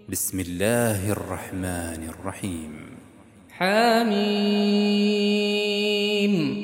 بسم الله الرحمن الرحيم. حميم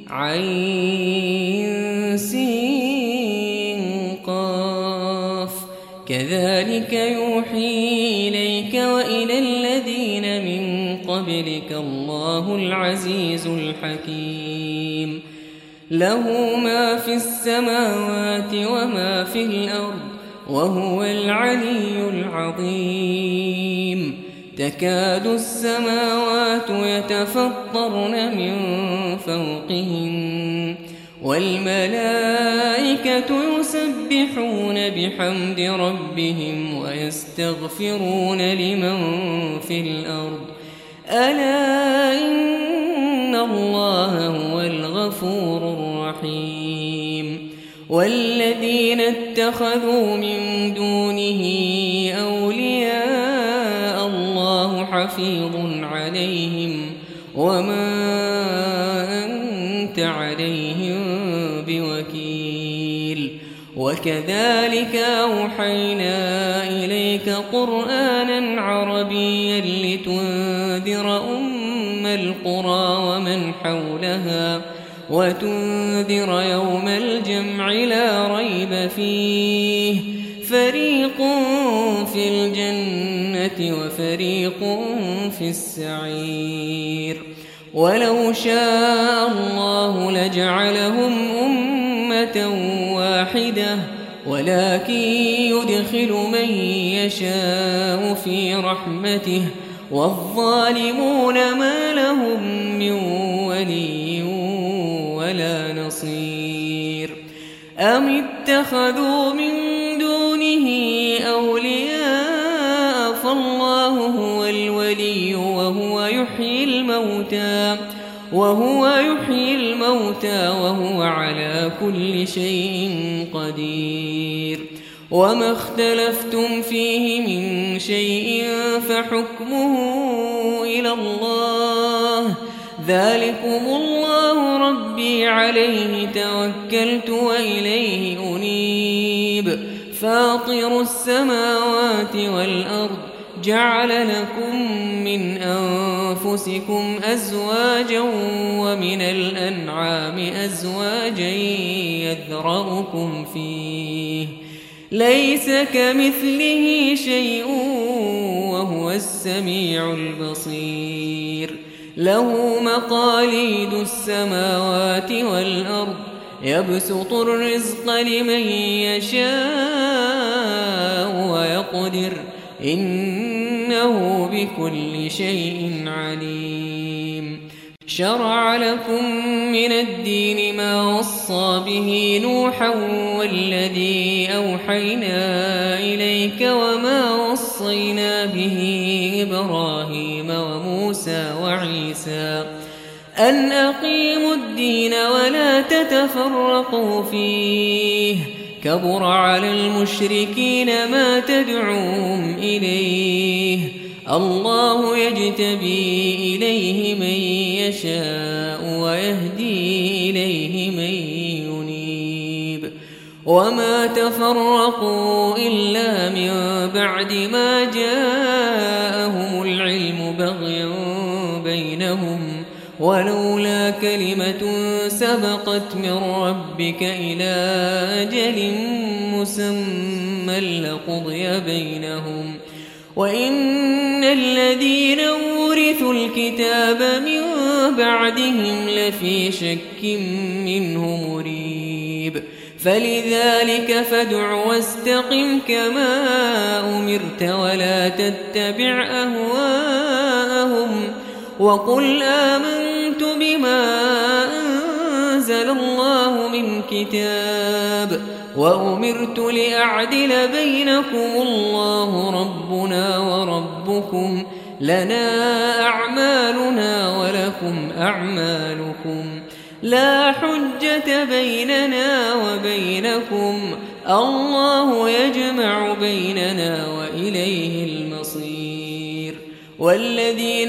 عين سين قاف كذلك يوحي إليك وإلى الذين من قبلك الله العزيز الحكيم. له ما في السماوات وما في الأرض وهو العلي العظيم. تكاد السماوات يتفطرن من فوقهن والملائكة يسبحون بحمد ربهم ويستغفرون لمن في الأرض ألا إن الله هو الغفور الرحيم. والذين اتخذوا من دونه أولياء الله حفيظ عليهم وما أنت عليهم بوكيل. وكذلك أوحينا إليك قرآنا عربيا لتنذر أم القرى ومن حولها وتنذر يوم الجمع لا ريب فيه فريق في الجنة وفريق في السعير. ولو شاء الله لجعلهم أمة واحدة ولكن يدخل من يشاء في رحمته والظالمون ما لهم من ولي ولا نصير. أم اتخذوا من دونه أولياء فالله هو الولي وهو يحيي الموتى وهو على كل شيء قدير. وما اختلفتم فيه من شيء فحكمه إلى الله ذلكم الله ربي عليه توكلت وإليه أنيب. فاطر السماوات والأرض جعل لكم من أنفسكم أزواجا ومن الأنعام أزواجا يذرأكم فيه ليس كمثله شيء وهو السميع البصير. له مقاليد السماوات والأرض يبسط الرزق لمن يشاء ويقدر إنه بكل شيء عليم. شرع لكم من الدين ما وصى به نوحا والذي أوحينا إليك وما وصينا به إبراهيم وموسى وعيسى أن أقيموا الدين ولا تتفرقوا فيه كبر على المشركين ما تدعوهم إليه. الله يجتبي إليه من يشاء ويهدي إليه من ينيب. وما تفرقوا إلا من بعد ما جاءهم العلم بغيا بينهم ولولا كلمة سبقت من ربك إلى أجل مسمى لقضي بينهم وإن الذين أورثوا الكتاب من بعدهم لفي شك منه مريب. فلذلك فادع واستقم كما أمرت ولا تتبع أهواءهم وقل آمنت بما أنزل الله من كتاب وأمرت لأعدل بينكم الله ربنا وربكم لنا أعمالنا ولكم أعمالكم لا حجة بيننا وبينكم الله يجمع بيننا وإليه المصير. والذين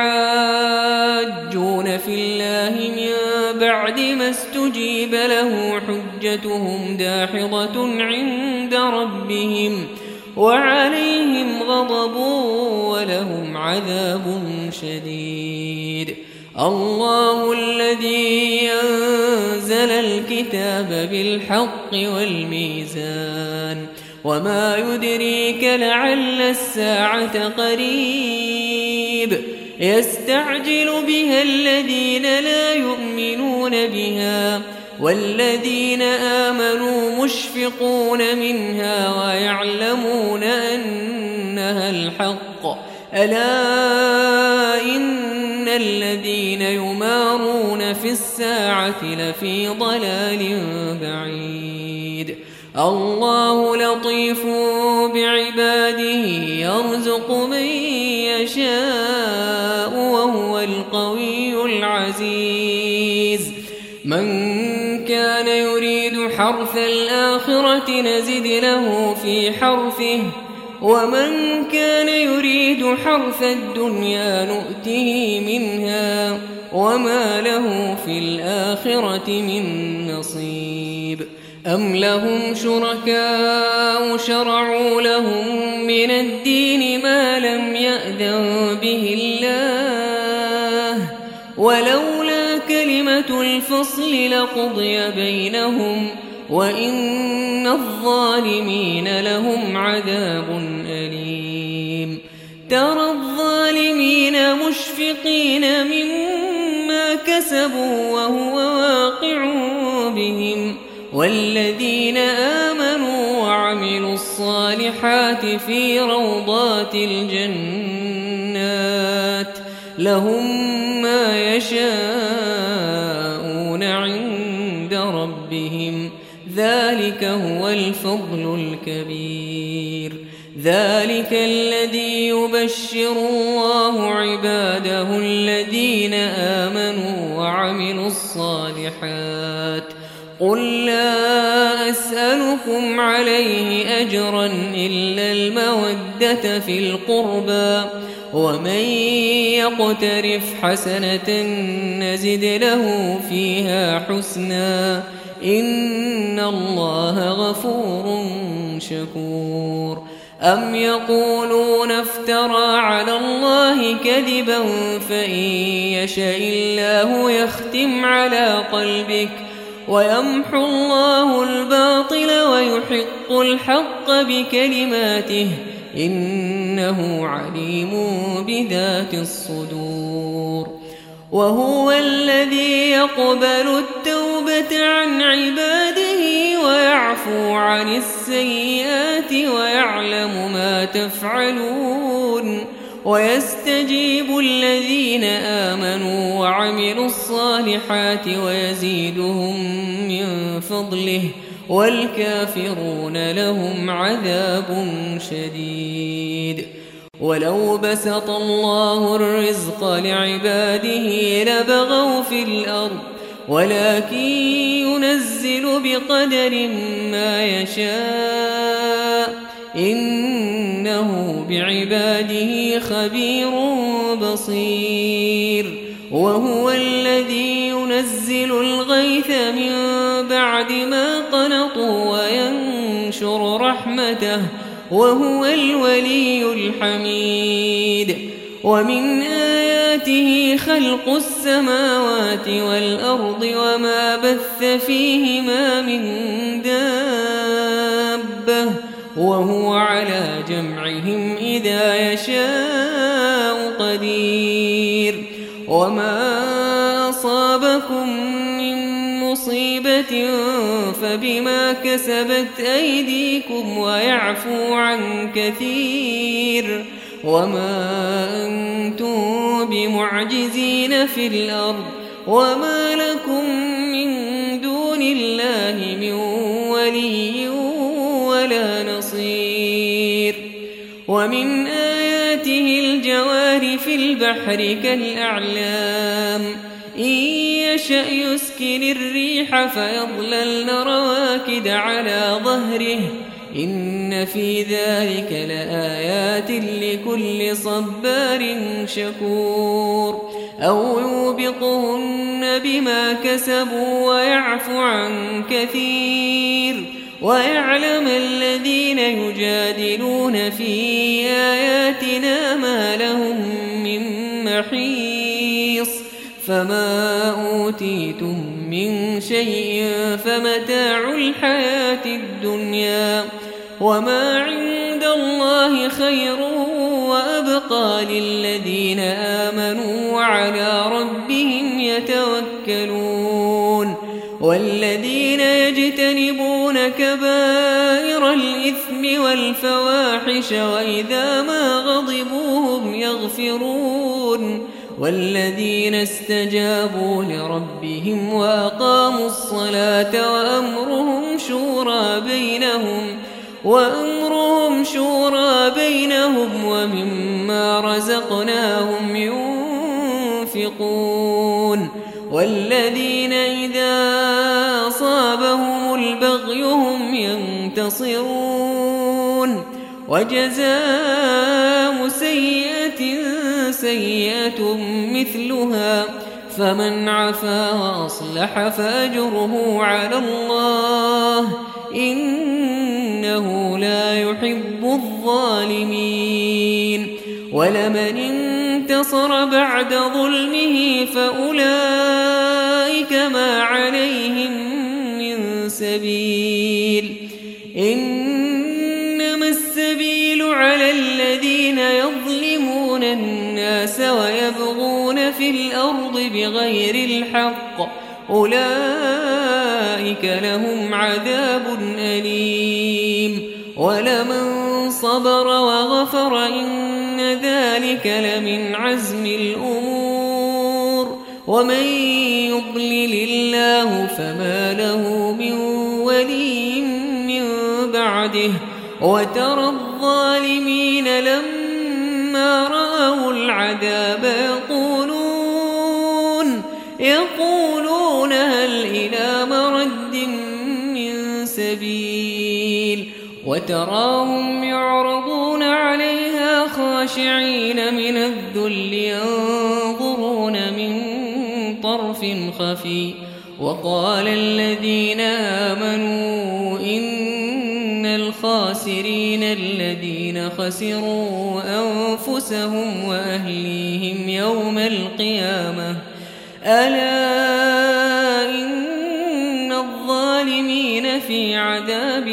يحاجون في الله من بعد ما استجيب له حجتهم داحضة عند ربهم وعليهم غضب ولهم عذاب شديد. الله الذي أنزل الكتاب بالحق والميزان وما يدريك لعل الساعة قريب يستعجل بها الذين لا يؤمنون بها والذين آمنوا مشفقون منها ويعلمون أنها الحق ألا إن الذين يمارون في الساعة لفي ضلال بعيد. الله لطيف بعباده يرزق من يشاء وهو القوي العزيز. من كان يريد حرث الآخرة نزد له في حرثه ومن كان يريد حرث الدنيا نؤته منها وما له في الآخرة من نصيب. أم لهم شركاء شرعوا لهم من الدين ما لم يأذن به الله ولولا كلمة الفصل لقضي بينهم وإن الظالمين لهم عذاب أليم. ترى الظالمين مشفقين مما كسبوا وهو واقع بهم والذين آمنوا وعملوا الصالحات في روضات الجنات لهم ما يشاءون عند ربهم ذلك هو الفضل الكبير. ذلك الذي يبشر الله عباده الذين آمنوا وعملوا الصالحات. قل لا أسألكم عليه أجرا إلا المودة في القربى ومن يقترف حسنة نزد له فيها حسنا إن الله غفور شكور. أم يقولون افترى على الله كذبا فإن يشاء الله يختم على قلبك ويمحو الله الباطل ويحق الحق بكلماته إنه عليم بذات الصدور. وهو الذي يقبل التوبة عن عباده ويعفو عن السيئات ويعلم ما تفعلون ويستجيب الذين آمنوا وعملوا الصالحات ويزيدهم من فضله والكافرون لهم عذاب شديد. ولو بسط الله الرزق لعباده لبغوا في الأرض ولكن ينزل بقدر ما يشاء إنه بعباده خبير بصير. وهو الذي ينزل الغيث من بعد ما قنطوا وينشر رحمته وهو الولي الحميد. ومن آياته خلق السماوات والأرض وما بث فيهما من دابة وهو على جمعهم إذا يشاء قدير. وما أصابكم من مصيبة فبما كسبت أيديكم ويعفو عن كثير وما أنتم بمعجزين في الأرض وما لكم من دون الله من ولي ولا نصير. ومن آياته الجوار في البحر كالأعلام إن يشأ يسكن الريح فيظللن رواكد على ظهره إن في ذلك لآيات لكل صبار شكور. أو يوبقهن بما كسبوا ويعفو عن كثير ويعلم الذين يجادلون في آياتنا ما لهم من محيص فما أوتيتم من شيء فمتاع الحياة الدنيا وما عند الله خير وأبقى للذين آمنوا وعلى ربهم يتوكلون والذين يجتنبون كبائر الإثم والفواحش وإذا ما غضبوا هم يغفرون والذين استجابوا لربهم وأقاموا الصلاة وأمرهم شورى بينهم ومما رزقناهم ينفقون والذين إذا أصابهم البغي هم ينتصرون وجزاء سيئة سيئة مثلها فمن عفا وأصلح فأجره على الله إنه لا يحب الظالمين ولمن انتصر بعد ظلمه فأولئك ما عليهم من سبيل إنما السبيل على الذين يظلمون الناس ويبغون في الأرض بغير الحق أولئك لهم عذاب أليم ولمن صبر وغفر إن ذلك لمن عزم الأمور ومن يضلل الله فما له من ولي من بعده وترى الظالمين لما رأوا العذاب يقولون هل إلى مرد من سبيل وتراهم يعرضون عليها خاشعين من الذل ينظرون من طرف خفي وقال الذين آمنوا إن الخاسرين الذين خسروا أنفسهم وأهليهم يوم القيامة ألا إن الظالمين في عذاب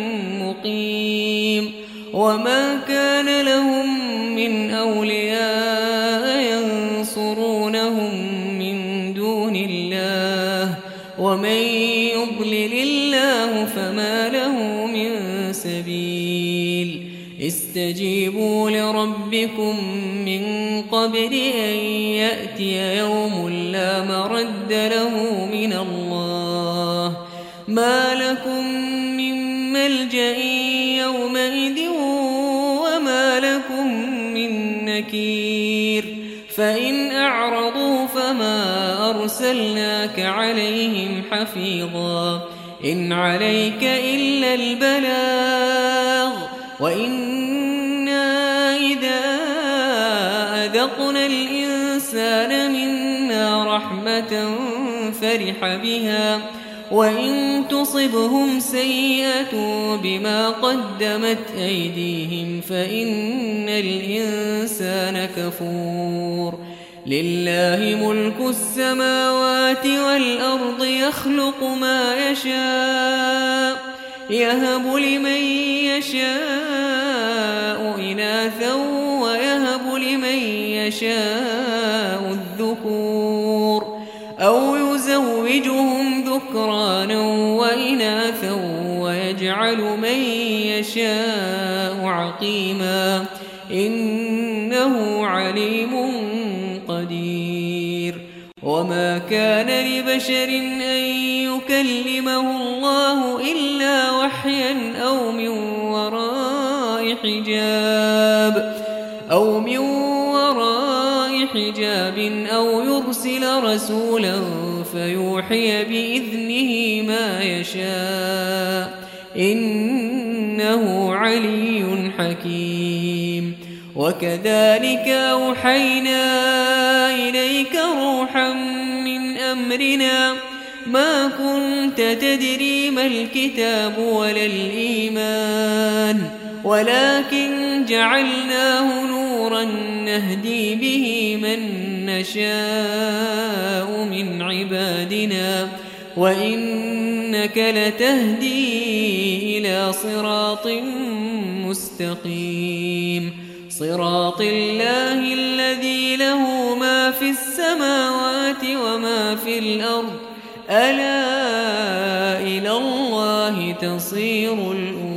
مقيم وما كان لهم من أولياء ينصرونهم من دون الله ومن يضلل الله فما له من سبيل استجيبوا لربكم من قبل أن يأتي يوم لا مرد له من الله ما لكم من ملجأ يومئذ وما لكم من نكير فإن أعرضوا فما أرسلناك عليهم حفيظا إن عليك إلا البلاغ وإنا إذا أذقنا الإنسان منا رحمة فرح بها وإن تصبهم سيئة بما قدمت أيديهم فإن الإنسان كفور لله ملك السماوات والأرض يخلق ما يشاء يهب لمن يشاء إناثا ويهب لمن يشاء الذكور أو يزوجهم ذكرانا وإناثا ويجعل من يشاء عقيما إنه عليم قدير وما كان لبشر أن يكلمه الله إلا وحيا أو من وراء حجاب أو يرسل رسولا فيوحي بإذنه ما يشاء إنه علي حكيم وكذلك أوحينا إليك روحا من أمرنا ما كنت تدري ما الكتاب ولا الإيمان ولكن جعلناه نورا نهدي به من نشاء من عبادنا وإنك لتهدي إلى صراط مستقيم صراط الله الذي له ما في السماوات وما في الأرض ألا إلى الله تصير الأمور